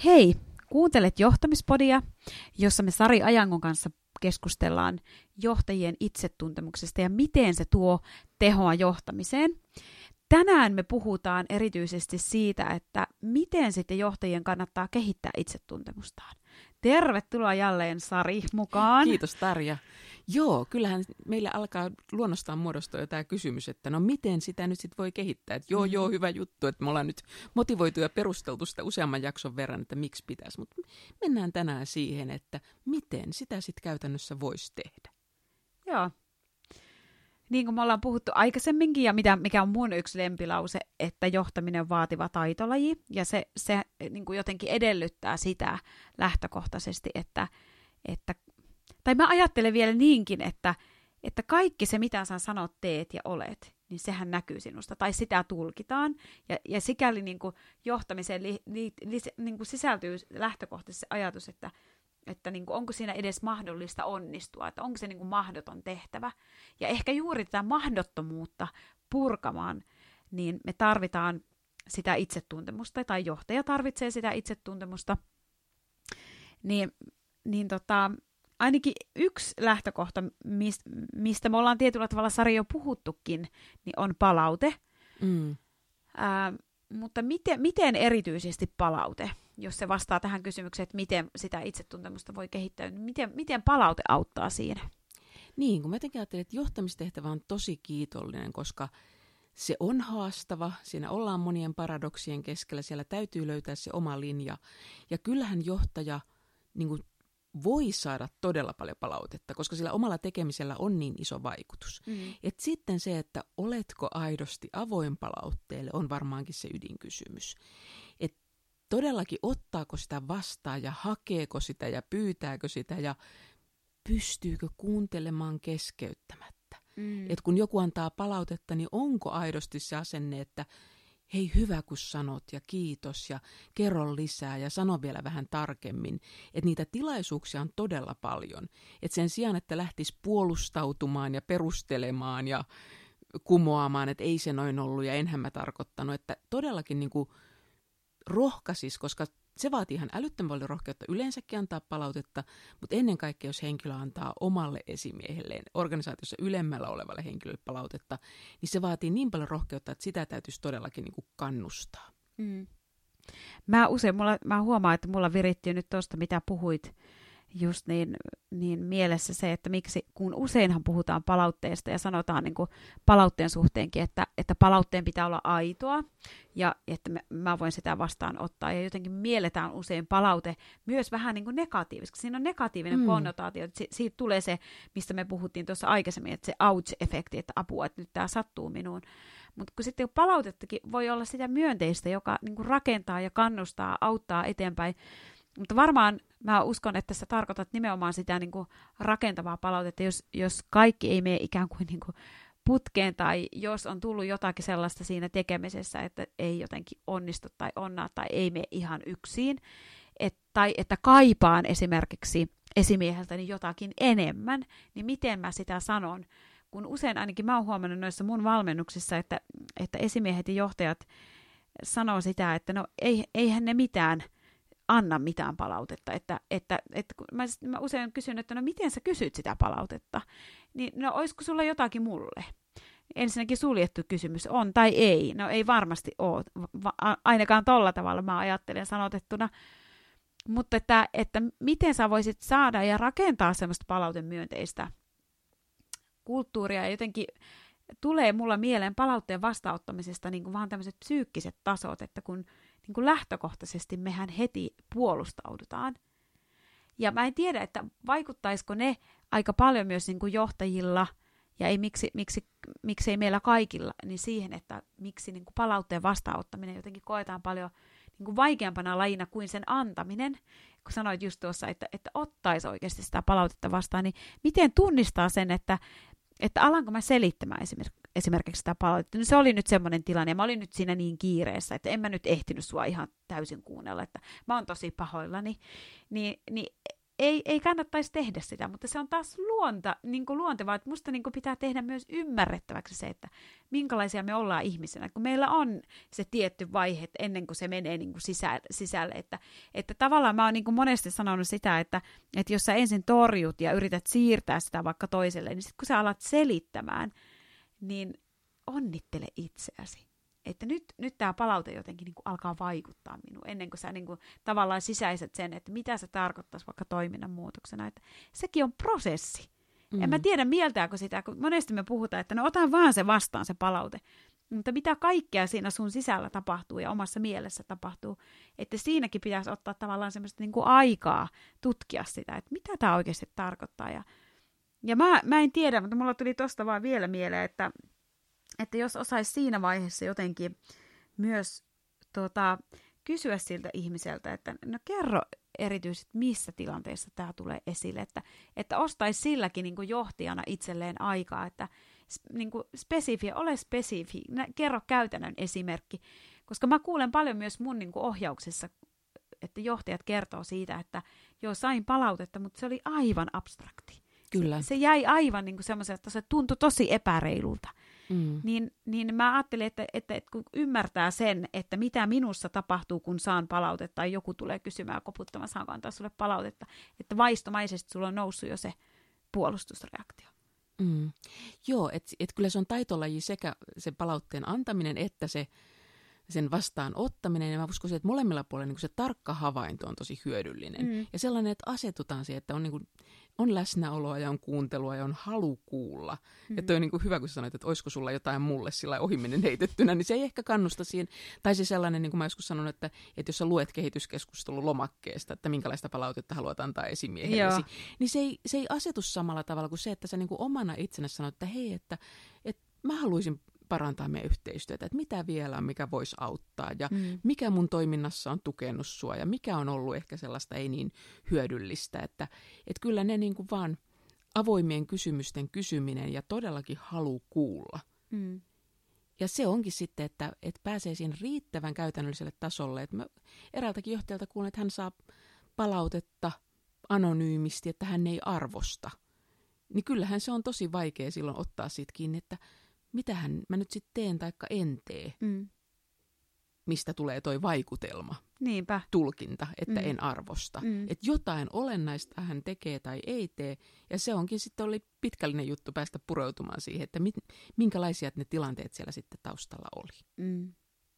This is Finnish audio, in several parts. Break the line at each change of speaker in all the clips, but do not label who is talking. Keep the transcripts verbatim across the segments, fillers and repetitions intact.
Hei, kuuntelet Johtamispodia, jossa me Sari Ajangon kanssa keskustellaan johtajien itsetuntemuksesta ja miten se tuo tehoa johtamiseen. Tänään me puhutaan erityisesti siitä, että miten sitten johtajien kannattaa kehittää itsetuntemustaan. Tervetuloa jälleen Sari mukaan.
Kiitos Tarja. Joo, kyllähän meillä alkaa luonnostaan muodostua jo tämä kysymys, että no miten sitä nyt sitten voi kehittää. Että joo, joo, hyvä juttu, että me ollaan nyt motivoitu ja perusteltu sitä useamman jakson verran, että miksi pitäisi. Mutta mennään tänään siihen, että miten sitä sitten käytännössä voisi tehdä.
Joo. Niin kuin me ollaan puhuttu aikaisemminkin, ja mitä, mikä on mun yksi lempilause, että johtaminen on vaativa taitolaji, ja se, se niin kuin jotenkin edellyttää sitä lähtökohtaisesti, että, että tai mä ajattelen vielä niinkin, että, että kaikki se, mitä sä sanot, teet ja olet, niin sehän näkyy sinusta, tai sitä tulkitaan, ja, ja sikäli niin kuin johtamiseen li, li, li, niin kuin sisältyy lähtökohtaisesti se ajatus, että että niin kuin, onko siinä edes mahdollista onnistua, että onko se niin kuin mahdoton tehtävä. Ja ehkä juuri tätä mahdottomuutta purkamaan, niin me tarvitaan sitä itsetuntemusta, tai johtaja tarvitsee sitä itsetuntemusta. Niin, niin tota, ainakin yksi lähtökohta, mistä me ollaan tietyllä tavalla Sari jo puhuttukin, niin on palaute. Mm. Ää, mutta miten, miten erityisesti palaute? Jos se vastaa tähän kysymykseen, että miten sitä itsetuntemusta voi kehittää, niin miten, miten palaute auttaa siinä?
Niin, kun mä jotenkin ajattelen, että johtamistehtävä on tosi kiitollinen, koska se on haastava, siinä ollaan monien paradoksien keskellä, siellä täytyy löytää se oma linja. Ja kyllähän johtaja niin kuin voi saada todella paljon palautetta, koska sillä omalla tekemisellä on niin iso vaikutus. Mm. Et sitten se, että oletko aidosti avoin palautteelle, on varmaankin se ydinkysymys. Et todellakin ottaako sitä vastaan ja hakeeko sitä ja pyytääkö sitä ja pystyykö kuuntelemaan keskeyttämättä. Mm. Et kun joku antaa palautetta, niin onko aidosti se asenne, että hei hyvä kun sanot ja kiitos ja kerro lisää ja sano vielä vähän tarkemmin. Että niitä tilaisuuksia on todella paljon. Että sen sijaan, että lähtisi puolustautumaan ja perustelemaan ja kumoamaan, että ei se noin ollut ja enhän mä tarkoittanut, että todellakin niin kuin rohkaisis, koska se vaatii ihan älyttömän paljon rohkeutta yleensäkin antaa palautetta, mutta ennen kaikkea, jos henkilö antaa omalle esimiehelleen, organisaatiossa ylemmällä olevalle henkilölle palautetta, niin se vaatii niin paljon rohkeutta, että sitä täytyisi todellakin niin kuin kannustaa.
Mm. Mä usein, mulla, mä huomaan, että mulla viritti nyt tuosta, mitä puhuit, just niin, niin mielessä se, että miksi, kun useinhan puhutaan palautteesta ja sanotaan niin kuin palautteen suhteenkin, että, että palautteen pitää olla aitoa ja että me, mä voin sitä vastaanottaa ja jotenkin mielletään usein palaute myös vähän niin kuin negatiivisesti. Siinä on negatiivinen mm. konnotaatio, että si, siitä tulee se, mistä me puhuttiin tuossa aikaisemmin, että se ouch-efekti, että apua, että nyt tämä sattuu minuun. Mutta kun sitten palautettakin voi olla sitä myönteistä, joka niin kuin rakentaa ja kannustaa, auttaa eteenpäin. Mutta varmaan mä uskon, että sä tarkoitat nimenomaan sitä niin kuin rakentavaa palautetta, jos, jos kaikki ei mene ikään kuin, niin kuin putkeen tai jos on tullut jotakin sellaista siinä tekemisessä, että ei jotenkin onnistu tai onnaa tai ei mene ihan yksin, et, tai että kaipaan esimerkiksi esimieheltäni jotakin enemmän, niin miten mä sitä sanon? Kun usein ainakin mä oon huomannut noissa mun valmennuksissa, että, että esimiehet ja johtajat sanoo sitä, että no ei, eihän ne mitään anna mitään palautetta, että, että, että mä, mä usein kysyn, että no miten sä kysyt sitä palautetta, niin no olisiko sulla jotakin mulle? Ensinnäkin suljettu kysymys on tai ei, no ei varmasti ole, Va- ainakaan tolla tavalla mä ajattelen sanotettuna, mutta että, että miten sä voisit saada ja rakentaa semmoista palautemyönteistä kulttuuria ja jotenkin tulee mulla mieleen palautteen vastaanottamisesta niin kuin vaan tämmöiset psyykkiset tasot, että kun niin kuin lähtökohtaisesti mehän heti puolustaudutaan. Ja mä en tiedä, että vaikuttaisiko ne aika paljon myös niin kuin johtajilla, ja ei miksi, miksi, miksi ei meillä kaikilla, niin siihen, että miksi niin kuin palautteen vastaanottaminen jotenkin koetaan paljon niin kuin vaikeampana lajina kuin sen antaminen. Kun sanoit just tuossa, että, että ottaisi oikeasti sitä palautetta vastaan, niin miten tunnistaa sen, että että alanko mä selittämään esimerkiksi sitä palautetta. No se oli nyt semmoinen tilanne, ja mä olin nyt siinä niin kiireessä, että en mä nyt ehtinyt sua ihan täysin kuunnella, että mä oon tosi pahoillani. Niin, niin ei, ei kannattaisi tehdä sitä, mutta se on taas luonta, niin kuin luontevaa, että musta niin kuin pitää tehdä myös ymmärrettäväksi se, että minkälaisia me ollaan ihmisenä, kun meillä on se tietty vaihe ennen kuin se menee niin kuin sisä, sisälle, että, että tavallaan mä oon niin kuin monesti sanonut sitä, että, että jos sä ensin torjut ja yrität siirtää sitä vaikka toiselle, niin sitten kun sä alat selittämään, niin onnittele itseäsi. Että nyt, nyt tämä palaute jotenkin niin kuin alkaa vaikuttaa minuun, ennen kuin sä niin kuin tavallaan sisäiset sen, että mitä se tarkoittaisi vaikka toiminnan muutoksena. Että sekin on prosessi. Mm. En mä tiedä mieltääkö sitä, kun monesti me puhutaan, että no ota vaan se vastaan se palaute. Mutta mitä kaikkea siinä sun sisällä tapahtuu ja omassa mielessä tapahtuu, että siinäkin pitäisi ottaa tavallaan semmoista niin kuin aikaa tutkia sitä, että mitä tämä oikeasti tarkoittaa. Ja, ja mä, mä en tiedä, mutta mulla tuli tosta vaan vielä mieleen, että Että jos osaisi siinä vaiheessa jotenkin myös tota, kysyä siltä ihmiseltä, että no kerro erityisesti missä tilanteessa tämä tulee esille, että, että ostaisi silläkin niin kuin johtajana itselleen aikaa, että niin kuin spesifi, ole spesifi, kerro käytännön esimerkki, koska mä kuulen paljon myös mun niin kuin ohjauksessa, että johtajat kertoo siitä, että joo sain palautetta, mutta se oli aivan abstrakti.
Kyllä.
Se, se jäi aivan niin kuin semmoisen, että se tuntui tosi epäreilulta. Mm. Niin, niin mä ajattelin, että, että, että kun ymmärtää sen, että mitä minussa tapahtuu, kun saan palautetta, tai joku tulee kysymään koputtamaan, saanko antaa sulle palautetta, että vaistomaisesti sulla on noussut jo se puolustusreaktio.
Mm. Joo, että et kyllä se on taitolaji sekä se palautteen antaminen, että se sen vastaanottaminen, ja mä uskoisin, että molemmilla puolilla niin se tarkka havainto on tosi hyödyllinen. Mm. Ja sellainen, että asetutaan siihen, että on, niin kuin, on läsnäoloa ja on kuuntelua ja on halu kuulla. Mm. Ja toi on niin kuin hyvä, kun sä sanoit, että olisiko sulla jotain mulle sillä ohimennen heitettynä, niin se ei ehkä kannusta siihen. Tai se sellainen, niin kuin mä joskus sanon, että, että jos sä luet kehityskeskustelun lomakkeesta, että minkälaista palautetta haluat antaa esimiehellesi, niin se ei, se ei asetu samalla tavalla kuin se, että sä niin kuin omana itsenä sanot, että hei, että, että mä haluaisin parantaa meidän yhteistyötä, että mitä vielä on, mikä voisi auttaa ja mm. mikä mun toiminnassa on tukenut sua ja mikä on ollut ehkä sellaista ei niin hyödyllistä, että, että kyllä ne niin kuin vaan avoimien kysymysten kysyminen ja todellakin halu kuulla. Mm. Ja se onkin sitten, että, että pääsee siihen riittävän käytännölliselle tasolle, että mä eräältäkin johtajalta kuulen, että hän saa palautetta anonyymisti, että hän ei arvosta. Niin kyllähän se on tosi vaikea silloin ottaa siitä kiinni, että mitähän mä nyt sitten teen taikka en tee, mm. mistä tulee toi vaikutelma,
Niinpä.
tulkinta, että
mm.
en arvosta.
Mm.
Että jotain olennaista hän tekee tai ei tee, ja se onkin sitten oli pitkällinen juttu päästä pureutumaan siihen, että mit, minkälaisia ne tilanteet siellä sitten taustalla oli.
Mm.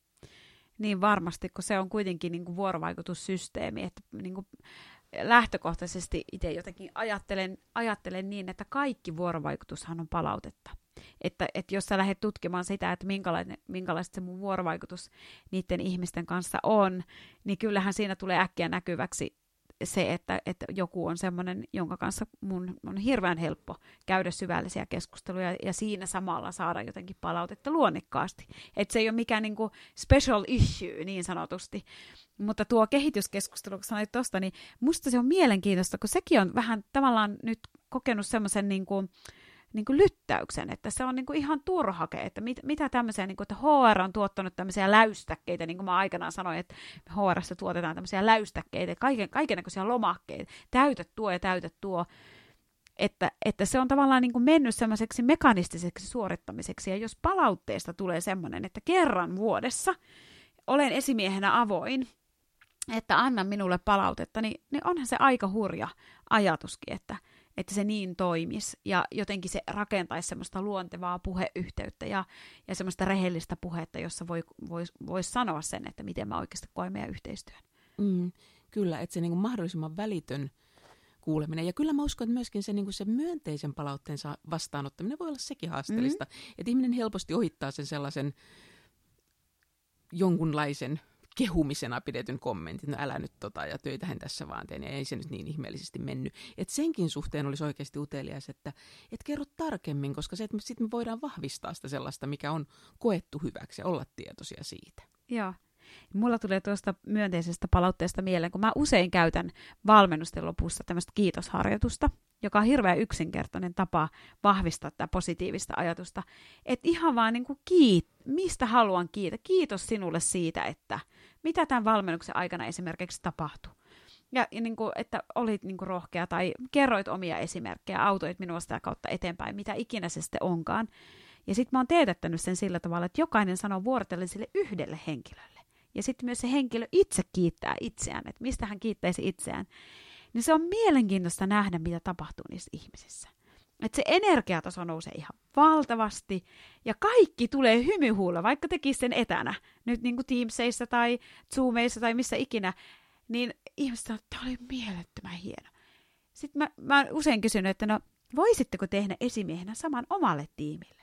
Niin varmasti, kun se on kuitenkin niin kuin vuorovaikutussysteemi, että niin kuin lähtökohtaisesti itse jotenkin ajattelen, ajattelen niin, että kaikki vuorovaikutushan on palautetta. Että, että jos sä lähdet tutkimaan sitä, että minkälainen, minkälaista se mun vuorovaikutus niiden ihmisten kanssa on, niin kyllähän siinä tulee äkkiä näkyväksi se, että, että joku on semmoinen, jonka kanssa mun on hirveän helppo käydä syvällisiä keskusteluja ja siinä samalla saada jotenkin palautetta luonnikkaasti. Että se ei ole mikään niin kuin special issue niin sanotusti. Mutta tuo kehityskeskustelu, kun sanoit tuosta, niin musta se on mielenkiintoista, kun sekin on vähän tavallaan nyt kokenut semmoisen niin kuin niin kuin lyttäyksen, että se on niin kuin ihan turhake, että mit, mitä tämmöisiä, niin kuin, että H R on tuottanut tämmöisiä läystäkkeitä, niin kuin mä aikanaan sanoin, että H R:ssä tuotetaan tämmöisiä läystäkkeitä, kaiken, kaikennäköisiä lomakkeita, täytä tuo ja täytä tuo, että, että se on tavallaan niin kuin mennyt semmoiseksi mekanistiseksi suorittamiseksi, ja jos palautteesta tulee semmoinen, että kerran vuodessa olen esimiehenä avoin, että anna minulle palautetta, niin, niin onhan se aika hurja ajatuskin, että että se niin toimisi ja jotenkin se rakentaisi semmoista luontevaa puheyhteyttä ja, ja semmoista rehellistä puhetta, jossa voi, vois, vois sanoa sen, että miten mä oikeasti koen meidän yhteistyön.
Mm, kyllä, että se niin kuin mahdollisimman välitön kuuleminen. Ja kyllä mä uskon, että myöskin se, niin kuin se myönteisen palautteen vastaanottaminen voi olla sekin haasteellista. Mm. Että ihminen helposti ohittaa sen sellaisen jonkunlaisen kehumisena pidetyn kommentin, no älä nyt tota, ja töitähän tässä vaan teen, ja ei se nyt niin ihmeellisesti mennyt. Että senkin suhteen olisi oikeasti utelias, että et kerro tarkemmin, koska se, että sitten me voidaan vahvistaa sitä sellaista, mikä on koettu hyväksi, ja olla tietoisia siitä.
Joo. Mulla tulee tuosta myönteisestä palautteesta mieleen, kun mä usein käytän valmennusten lopussa tämmöistä kiitosharjoitusta, joka on hirveän yksinkertainen tapa vahvistaa tätä positiivista ajatusta. Että ihan vaan niin kuin kiit, mistä haluan kiittää. Kiitos sinulle siitä, että mitä tämän valmennuksen aikana esimerkiksi tapahtui. Ja, ja niin kuin, että olit niin kuin rohkea tai kerroit omia esimerkkejä, autoit minua sitä kautta eteenpäin, mitä ikinä se sitten onkaan. Ja sitten mä oon teetättänyt sen sillä tavalla, että jokainen sanoo vuorotellen sille yhdelle henkilölle. Ja sitten myös se henkilö itse kiittää itseään, että mistä hän kiittäisi itseään. Niin se on mielenkiintoista nähdä, mitä tapahtuu niissä ihmisissä. Että se energiataso nousee ihan valtavasti ja kaikki tulee hymyhuulla, vaikka tekisi sen etänä. Nyt niin kuin Teamseissa tai Zoomeissa tai missä ikinä, niin ihmiset sanoo, että tämä oli mielettömän hieno. Sitten mä, mä oon usein kysynyt, että no voisitteko tehdä esimiehenä saman omalle tiimille?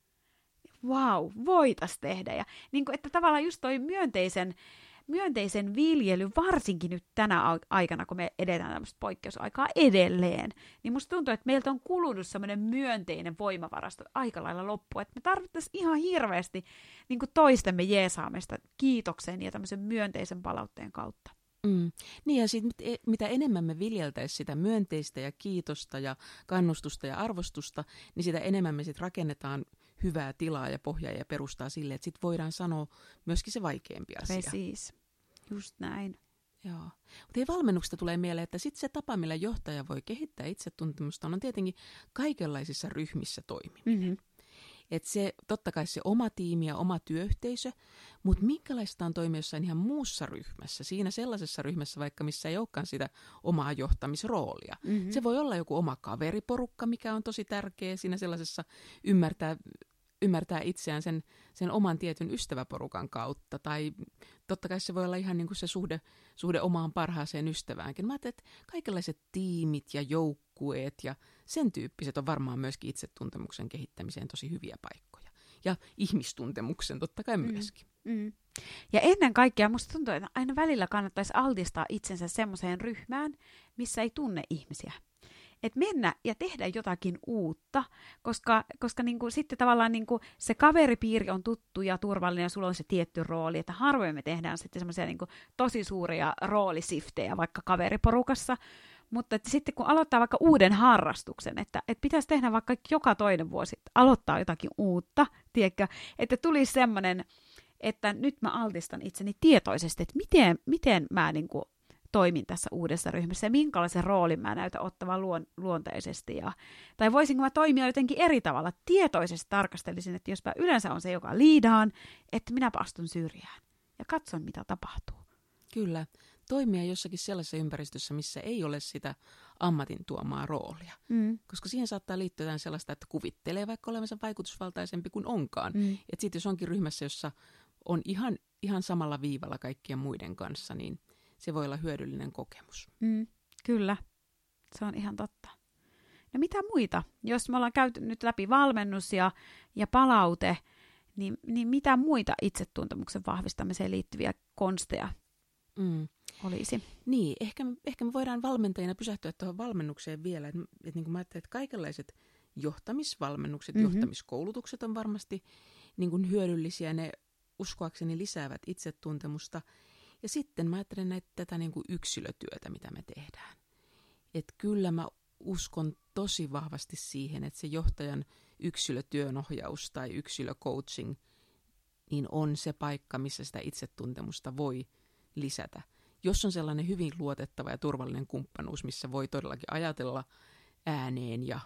Vau, wow, voitais tehdä. Ja niin kuin, että tavallaan just toi myönteisen, myönteisen viljely, varsinkin nyt tänä aikana, kun me edetään tämmöistä poikkeusaikaa edelleen, niin musta tuntuu, että meiltä on kulunut semmoinen myönteinen voimavarasto aika lailla loppu, että me tarvittaisiin ihan hirveästi niin kuin toistemme jeesaamista kiitoksen ja tämmöisen myönteisen palautteen kautta.
Mm. Niin ja sit, mitä enemmän me viljeltäisiin sitä myönteistä ja kiitosta ja kannustusta ja arvostusta, niin sitä enemmän me sitten rakennetaan hyvää tilaa ja pohjaa ja perustaa sille, että sitten voidaan sanoa myöskin se vaikeampi asia.
Precis. Just näin.
Joo. Mutta valmennuksesta tulee mieleen, että sitten se tapa, millä johtaja voi kehittää itsetuntemusta, on tietenkin kaikenlaisissa ryhmissä toimiminen. Mm-hmm. Että se, totta kai se oma tiimi ja oma työyhteisö, mutta minkälaista on toimia jossain ihan muussa ryhmässä, siinä sellaisessa ryhmässä vaikka, missä ei olekaan sitä omaa johtamisroolia. Mm-hmm. Se voi olla joku oma kaveriporukka, mikä on tosi tärkeä siinä sellaisessa ymmärtää, ymmärtää itseään sen, sen oman tietyn ystäväporukan kautta, tai totta kai se voi olla ihan niin kuin se suhde, suhde omaan parhaaseen ystäväänkin. Mä ajattelin, että kaikenlaiset tiimit ja joukkueet ja sen tyyppiset on varmaan myöskin itsetuntemuksen kehittämiseen tosi hyviä paikkoja. Ja ihmistuntemuksen totta kai myöskin.
Mm, mm. Ja ennen kaikkea musta tuntuu, että aina välillä kannattaisi altistaa itsensä semmoiseen ryhmään, missä ei tunne ihmisiä. Että mennä ja tehdä jotakin uutta, koska, koska niinku, sitten tavallaan niinku, se kaveripiiri on tuttu ja turvallinen ja sulla on se tietty rooli, että harvoin me tehdään sitten semmoisia niinku, tosi suuria roolisiftejä vaikka kaveriporukassa, mutta että sitten kun aloittaa vaikka uuden harrastuksen, että, että pitäisi tehdä vaikka joka toinen vuosi, aloittaa jotakin uutta, tiedätkö, että tulisi semmoinen, että nyt mä altistan itseni tietoisesti, että miten, miten mä niinku, toimin tässä uudessa ryhmässä ja minkälaisen roolin mä näytän ottavan luon, luonteisesti. Ja, tai voisinko mä toimia jotenkin eri tavalla. Tietoisesti tarkastelisin, että jos mä yleensä on se, joka liidaan, että minäpä astun syrjään ja katson, mitä tapahtuu.
Kyllä. Toimia jossakin sellaisessa ympäristössä, missä ei ole sitä ammatin tuomaa roolia. Mm. Koska siihen saattaa liittyä jotain sellaista, että kuvittelee vaikka olevansa vaikutusvaltaisempi kuin onkaan. Mm. Että sitten jos onkin ryhmässä, jossa on ihan, ihan samalla viivalla kaikkien muiden kanssa, niin se voi olla hyödyllinen kokemus.
Mm, kyllä, se on ihan totta. No mitä muita? Jos me ollaan käyty nyt läpi valmennus ja, ja palaute, niin, niin mitä muita itsetuntemuksen vahvistamiseen liittyviä konsteja mm. olisi?
Niin, ehkä, ehkä me voidaan valmentajina pysähtyä tuohon valmennukseen vielä. Että et niin kuin mä ajattelin, että kaikenlaiset johtamisvalmennukset, mm-hmm. johtamiskoulutukset on varmasti niin kuin hyödyllisiä. Ne uskoakseni lisäävät itsetuntemusta. Ja sitten mä ajattelen näitä, tätä niin kuin yksilötyötä, mitä me tehdään. Että kyllä mä uskon tosi vahvasti siihen, että se johtajan yksilötyönohjaus tai yksilöcoaching niin on se paikka, missä sitä itsetuntemusta voi lisätä. Jos on sellainen hyvin luotettava ja turvallinen kumppanuus, missä voi todellakin ajatella ääneen ja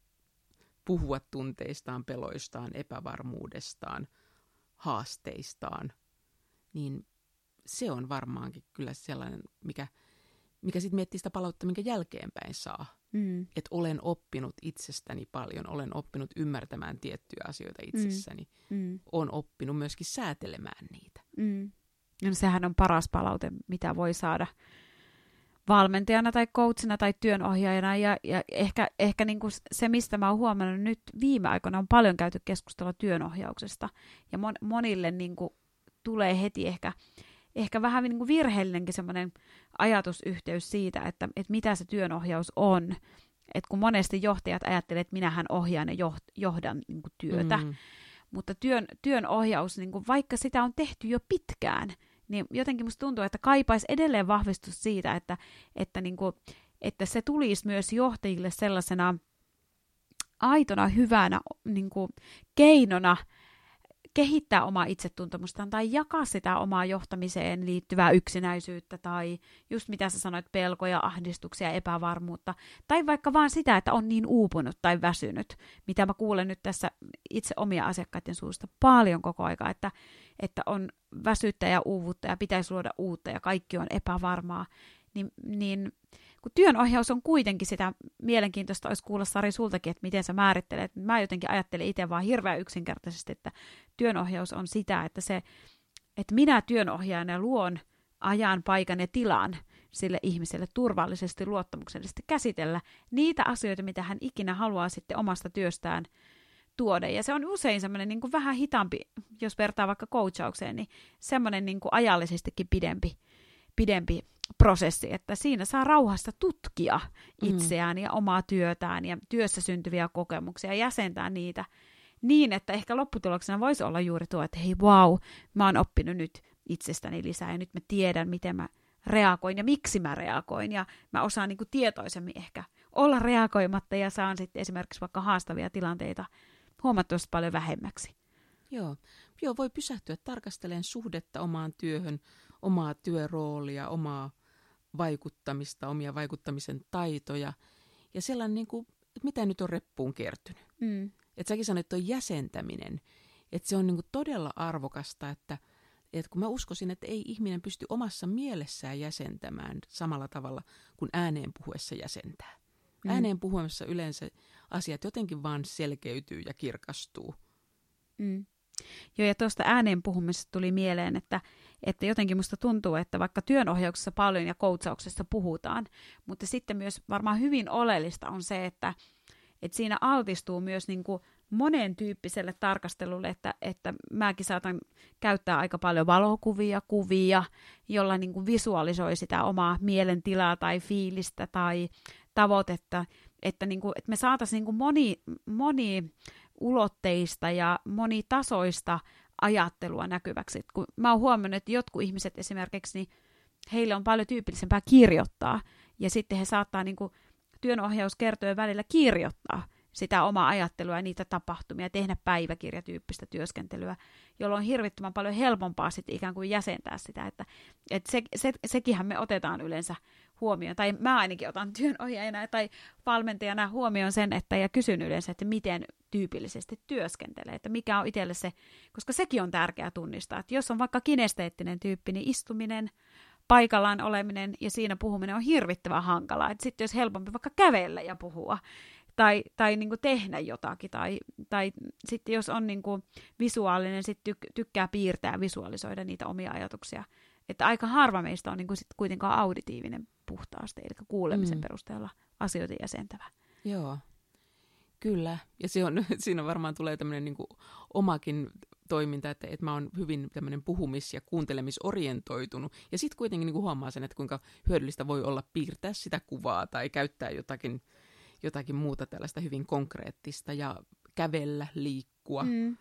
puhua tunteistaan, peloistaan, epävarmuudestaan, haasteistaan, niin se on varmaankin kyllä sellainen, mikä, mikä sitten miettii sitä palautta, minkä jälkeenpäin saa. Mm. Että olen oppinut itsestäni paljon, olen oppinut ymmärtämään tiettyjä asioita itsessäni, mm. Mm. olen oppinut myöskin säätelemään niitä.
Mm. No, sehän on paras palaute, mitä voi saada valmentajana tai coachina tai työnohjaajana. Ja, ja ehkä, ehkä niinku se, mistä mä oon huomannut nyt viime aikoina, on paljon käyty keskustelua työnohjauksesta. Ja mon, monille niinku tulee heti ehkä... Ehkä vähän niin kuin virheellinenkin semmoinen ajatusyhteys siitä, että, että mitä se työnohjaus on. Että kun monesti johtajat ajattelee, että minähän ohjaan ja johdan niin kuin työtä. Mm. Mutta työn, työnohjaus, niin kuin vaikka sitä on tehty jo pitkään, niin jotenkin musta tuntuu, että kaipaisi edelleen vahvistus siitä, että, että, niin kuin, että se tulisi myös johtajille sellaisena aitona, hyvänä niin kuin keinona kehittää omaa itsetuntemustaan tai jakaa sitä omaa johtamiseen liittyvää yksinäisyyttä tai just mitä sä sanoit, pelkoja, ahdistuksia, epävarmuutta. Tai vaikka vaan sitä, että on niin uupunut tai väsynyt, mitä mä kuulen nyt tässä itse omia asiakkaiden suusta paljon koko aika, että, että on väsyttä ja uuvuutta ja pitäisi luoda uutta ja kaikki on epävarmaa. Niin, niin kun työnohjaus on kuitenkin sitä, mielenkiintoista olisi kuulla Sari sultakin, että miten sä määrittelet. Mä jotenkin ajattelen itse vaan hirveän yksinkertaisesti, että työnohjaus on sitä, että, se, että minä työnohjaajana luon ajan, paikan ja tilan sille ihmiselle turvallisesti, luottamuksellisesti käsitellä niitä asioita, mitä hän ikinä haluaa sitten omasta työstään tuoda. Ja se on usein semmoinen niin kuin vähän hitaampi, jos vertaa vaikka coachaukseen, niin semmoinen niin kuin ajallisestikin pidempi, pidempi prosessi, että siinä saa rauhassa tutkia itseään mm. ja omaa työtään ja työssä syntyviä kokemuksia ja jäsentää niitä niin, että ehkä lopputuloksena voisi olla juuri tuo, että hei vau, mä oon oppinut nyt itsestäni lisää ja nyt mä tiedän, miten mä reagoin ja miksi mä reagoin ja mä osaan niin kuin tietoisemmin ehkä olla reagoimatta ja saan sitten esimerkiksi vaikka haastavia tilanteita huomattavasti paljon vähemmäksi.
Joo, Joo voi pysähtyä tarkastelemaan suhdetta omaan työhön, omaa työroolia, omaa vaikuttamista, omia vaikuttamisen taitoja ja sellainen, niin kuin, että mitä nyt on reppuun kertynyt. Mm. Että säkin sanoit, että on jäsentäminen, että se on niin kuin todella arvokasta, että, että kun mä uskoisin, että ei ihminen pysty omassa mielessään jäsentämään samalla tavalla kuin ääneen puhuessa jäsentää. Mm. Ääneen puhuessa yleensä asiat jotenkin vaan selkeytyy ja kirkastuu.
Mm. Joo, ja tuosta ääneen puhumisesta tuli mieleen, että, että jotenkin musta tuntuu, että vaikka työnohjauksessa paljon ja coachauksessa puhutaan, mutta sitten myös varmaan hyvin oleellista on se, että, että siinä altistuu myös niin kuin monen tyyppiselle tarkastelulle, että, että mäkin saatan käyttää aika paljon valokuvia, kuvia, jolla niin kuin visualisoi sitä omaa mielentilaa tai fiilistä tai tavoitetta, että, niin kuin, että me saataisiin niin kuin moni, moni ulotteista ja monitasoista ajattelua näkyväksi. Et kun mä oon huomannut, että jotkut ihmiset esimerkiksi, niin heille on paljon tyypillisempää kirjoittaa, ja sitten he saattaa niin kuin työnohjauskertojen välillä kirjoittaa sitä omaa ajattelua ja niitä tapahtumia, tehdä päiväkirjatyyppistä työskentelyä, jolloin on hirvittävän paljon helpompaa sitten ikään kuin jäsentää sitä, että, että se, se, sekinhän me otetaan yleensä huomioon, tai mä ainakin otan työnohjaajana tai valmentajana huomioon sen, että ja kysyn yleensä, että miten tyypillisesti työskentelee, että mikä on itselle se, koska sekin on tärkeää tunnistaa, että jos on vaikka kinesteettinen tyyppi, niin istuminen, paikallaan oleminen ja siinä puhuminen on hirvittävän hankalaa, että sitten olisi helpompi vaikka kävellä ja puhua, tai, tai niin kuin tehdä jotakin, tai, tai sitten jos on niin kuin visuaalinen, sitten tyk- tykkää piirtää ja visualisoida niitä omia ajatuksia, että aika harva meistä on niin kuin sit kuitenkaan auditiivinen puhtaasti, eli kuulemisen mm. perusteella asioita jäsentävä.
Joo, kyllä. Ja se on, siinä varmaan tulee tämmöinen niin kuin omakin toiminta, että, että mä oon hyvin tämmöinen puhumis- ja kuuntelemisorientoitunut. Ja sitten kuitenkin niin kuin huomaa sen, että kuinka hyödyllistä voi olla piirtää sitä kuvaa tai käyttää jotakin, jotakin muuta tällaista hyvin konkreettista ja kävellä, liikkua, mm.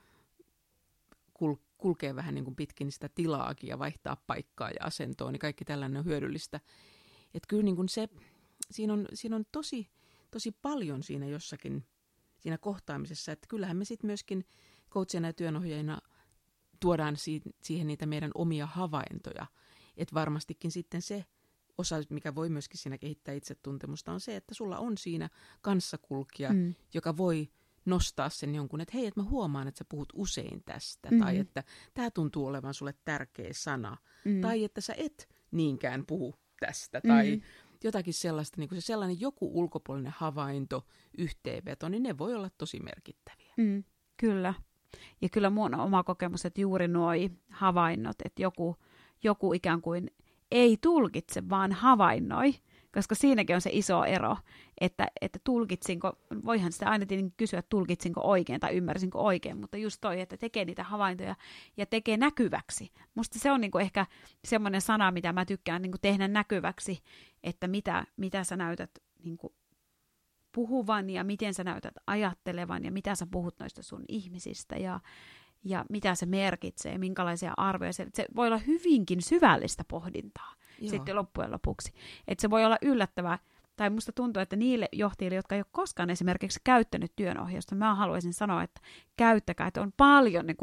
kul- kulkee vähän niin kuin pitkin sitä tilaakin ja vaihtaa paikkaa ja asentoa, niin kaikki tällainen on hyödyllistä. Että kyllä niin kuin se, siinä on, siinä on tosi, tosi paljon siinä jossakin, siinä kohtaamisessa, että kyllähän me sitten myöskin coachina ja työnohjaajina tuodaan si- siihen niitä meidän omia havaintoja. Että varmastikin sitten se osa, mikä voi myöskin siinä kehittää itsetuntemusta, on se, että sulla on siinä kanssakulkija, mm. joka voi nostaa sen jonkun, että hei, että mä huomaan, että sä puhut usein tästä, mm-hmm. tai että tämä tuntuu olevan sulle tärkeä sana, mm. tai että sä et niinkään puhu tästä, tai mm-hmm. jotakin sellaista, niin kuin se sellainen joku ulkopuolinen havainto, yhteenveto, niin ne voi olla tosi merkittäviä.
Mm, kyllä. Ja kyllä mun oma kokemus, että juuri nuo havainnot, että joku, joku ikään kuin ei tulkitse, vaan havainnoi, koska siinäkin on se iso ero, että, että tulkitsinko, voihan sitä aina tietenkin kysyä, tulkitsinko oikein tai ymmärsinkö oikein, mutta just toi, että tekee niitä havaintoja ja tekee näkyväksi. Musta se on niinku ehkä semmoinen sana, mitä mä tykkään niinku tehdä näkyväksi, että mitä, mitä sä näytät niinku puhuvan ja miten sä näytät ajattelevan ja mitä sä puhut noista sun ihmisistä ja, ja mitä se merkitsee, minkälaisia arvoja. Se, se voi olla hyvinkin syvällistä pohdintaa. Joo. Sitten loppujen lopuksi. Että se voi olla yllättävää, tai musta tuntuu, että niille johtajille, jotka ei ole koskaan esimerkiksi käyttänyt työnohjausta, mä haluaisin sanoa, että käyttäkää, että on paljon niin kuin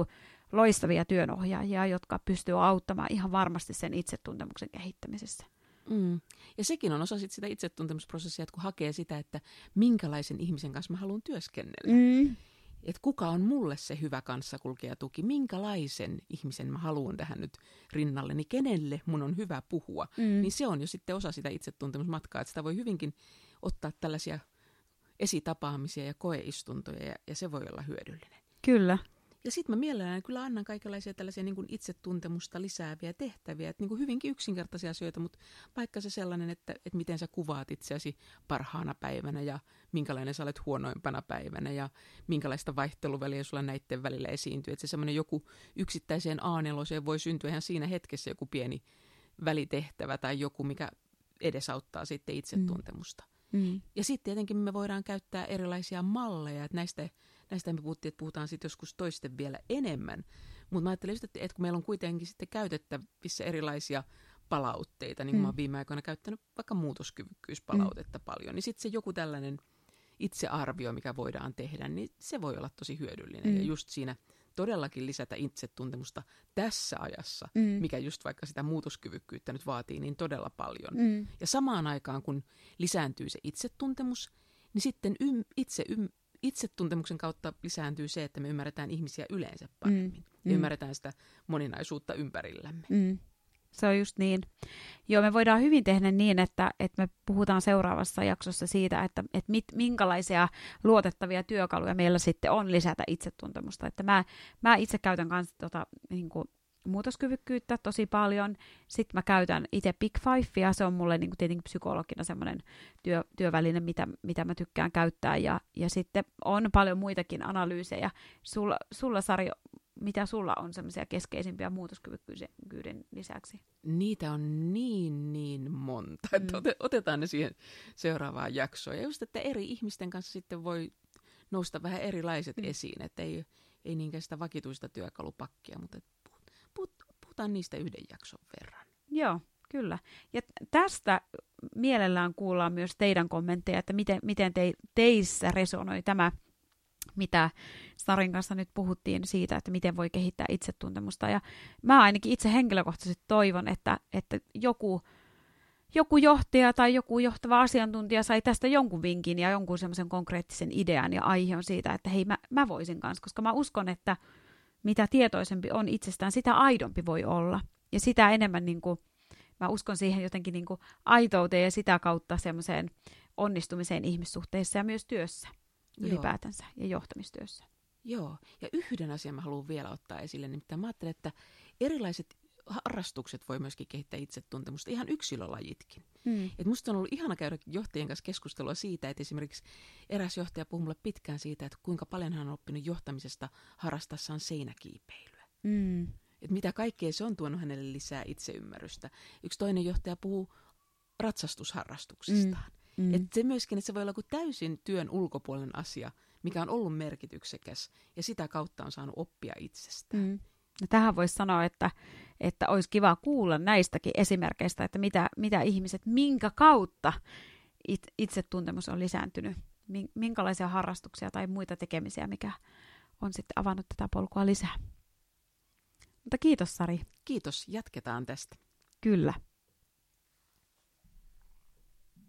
loistavia työnohjaajia, jotka pystyvät auttamaan ihan varmasti sen itsetuntemuksen kehittämisessä.
Mm. Ja sekin on osa sit sitä itsetuntemusprosessia, että kun hakee sitä, että minkälaisen ihmisen kanssa mä haluan työskennellä. Mm. Että kuka on mulle se hyvä kanssakulkijatuki, minkälaisen ihmisen mä haluan tähän nyt rinnalleni, kenelle mun on hyvä puhua. Mm. Niin se on jo sitten osa sitä itsetuntemusmatkaa, että sitä voi hyvinkin ottaa tällaisia esitapaamisia ja koeistuntoja, ja, ja se voi olla hyödyllinen.
Kyllä.
Ja sitten mä mielelläni kyllä annan kaikenlaisia tällaisia niin kuin itsetuntemusta lisääviä tehtäviä, että niin kuin hyvinkin yksinkertaisia asioita, mutta vaikka se sellainen, että, että miten sä kuvaat itseäsi parhaana päivänä ja minkälainen sä olet huonoimpana päivänä ja minkälaista vaihteluväliä sulla näiden välillä esiintyy. Että se semmoinen joku yksittäiseen A neljään voi syntyä ihan siinä hetkessä joku pieni välitehtävä tai joku, mikä edesauttaa sitten itsetuntemusta. Mm. Ja sitten tietenkin me voidaan käyttää erilaisia malleja, että näistä Näistä me puhuttiin, että puhutaan sitten joskus toisten vielä enemmän. Mutta mä ajattelin, että, että kun meillä on kuitenkin sitten käytettävissä erilaisia palautteita, niin kuin mm. mä oon viime aikoina käyttänyt vaikka muutoskyvykkyyspalautetta mm. paljon, niin sitten se joku tällainen itsearvio, mikä voidaan tehdä, niin se voi olla tosi hyödyllinen. Mm. Ja just siinä todellakin lisätä itsetuntemusta tässä ajassa, mm. mikä just vaikka sitä muutoskyvykkyyttä nyt vaatii niin todella paljon. Mm. Ja samaan aikaan, kun lisääntyy se itsetuntemus, niin sitten ym, itse ym, itsetuntemuksen kautta lisääntyy se, että me ymmärretään ihmisiä yleensä paremmin. Mm. Ja mm. ymmärretään sitä moninaisuutta ympärillämme.
Mm. Se on just niin. Joo, me voidaan hyvin tehdä niin, että, että me puhutaan seuraavassa jaksossa siitä, että, että mit, minkälaisia luotettavia työkaluja meillä sitten on lisätä itsetuntemusta. Että mä, mä itse käytän myös tota, niin kuin muutoskyvykkyyttä tosi paljon. Sitten mä käytän itse Big Fivea. Se on mulle niin kuin tietenkin psykologina semmoinen työ, työväline, mitä, mitä mä tykkään käyttää. Ja, ja sitten on paljon muitakin analyysejä. Sulla, sulla Sari, mitä sulla on semmoisia keskeisimpiä muutoskyvykkyyden lisäksi?
Niitä on niin, niin monta, että mm. otetaan ne siihen seuraavaan jaksoon. Ja just, että eri ihmisten kanssa sitten voi nousta vähän erilaiset mm. esiin, että ei, ei niinkään sitä vakituista työkalupakkia, mutta puhutaan niistä yhden jakson verran.
Joo, kyllä. Ja tästä mielellään kuullaan myös teidän kommentteja, että miten, miten te, teissä resonoi tämä, mitä Sarin kanssa nyt puhuttiin siitä, että miten voi kehittää itsetuntemusta. Ja mä ainakin itse henkilökohtaisesti toivon, että, että joku, joku johtaja tai joku johtava asiantuntija sai tästä jonkun vinkin ja jonkun semmoisen konkreettisen idean ja aiheon siitä, että hei, mä, mä voisin kanssa, koska mä uskon, että mitä tietoisempi on itsestään, sitä aidompi voi olla. Ja sitä enemmän, niin kuin, mä uskon siihen jotenkin niin kuin aitouteen ja sitä kautta semmoiseen onnistumiseen ihmissuhteissa ja myös työssä ylipäätänsä ja johtamistyössä.
Joo, ja yhden asian mä haluan vielä ottaa esille, nimittäin mä ajattelen, että erilaiset harrastukset voi myöskin kehittää itsetuntemusta, ihan yksilölajitkin. Hmm. Et musta on ollut ihana käydä johtajien kanssa keskustelua siitä, että esimerkiksi eräs johtaja puhui mulle pitkään siitä, että kuinka paljon hän on oppinut johtamisesta harrastaessaan seinäkiipeilyä. Hmm. Et mitä kaikkea se on tuonut hänelle lisää itseymmärrystä. Yksi toinen johtaja puhuu ratsastusharrastuksestaan. Hmm. Hmm. Et se myöskin, että se voi olla kuin täysin työn ulkopuolinen asia, mikä on ollut merkityksekäs ja sitä kautta on saanut oppia itsestään. Hmm.
No tähän voisi sanoa, että, että olisi kiva kuulla näistäkin esimerkkeistä, että mitä, mitä ihmiset, minkä kautta it, itsetuntemus on lisääntynyt, minkälaisia harrastuksia tai muita tekemisiä, mikä on sitten avannut tätä polkua lisää. Mutta kiitos Sari.
Kiitos, jatketaan tästä.
Kyllä.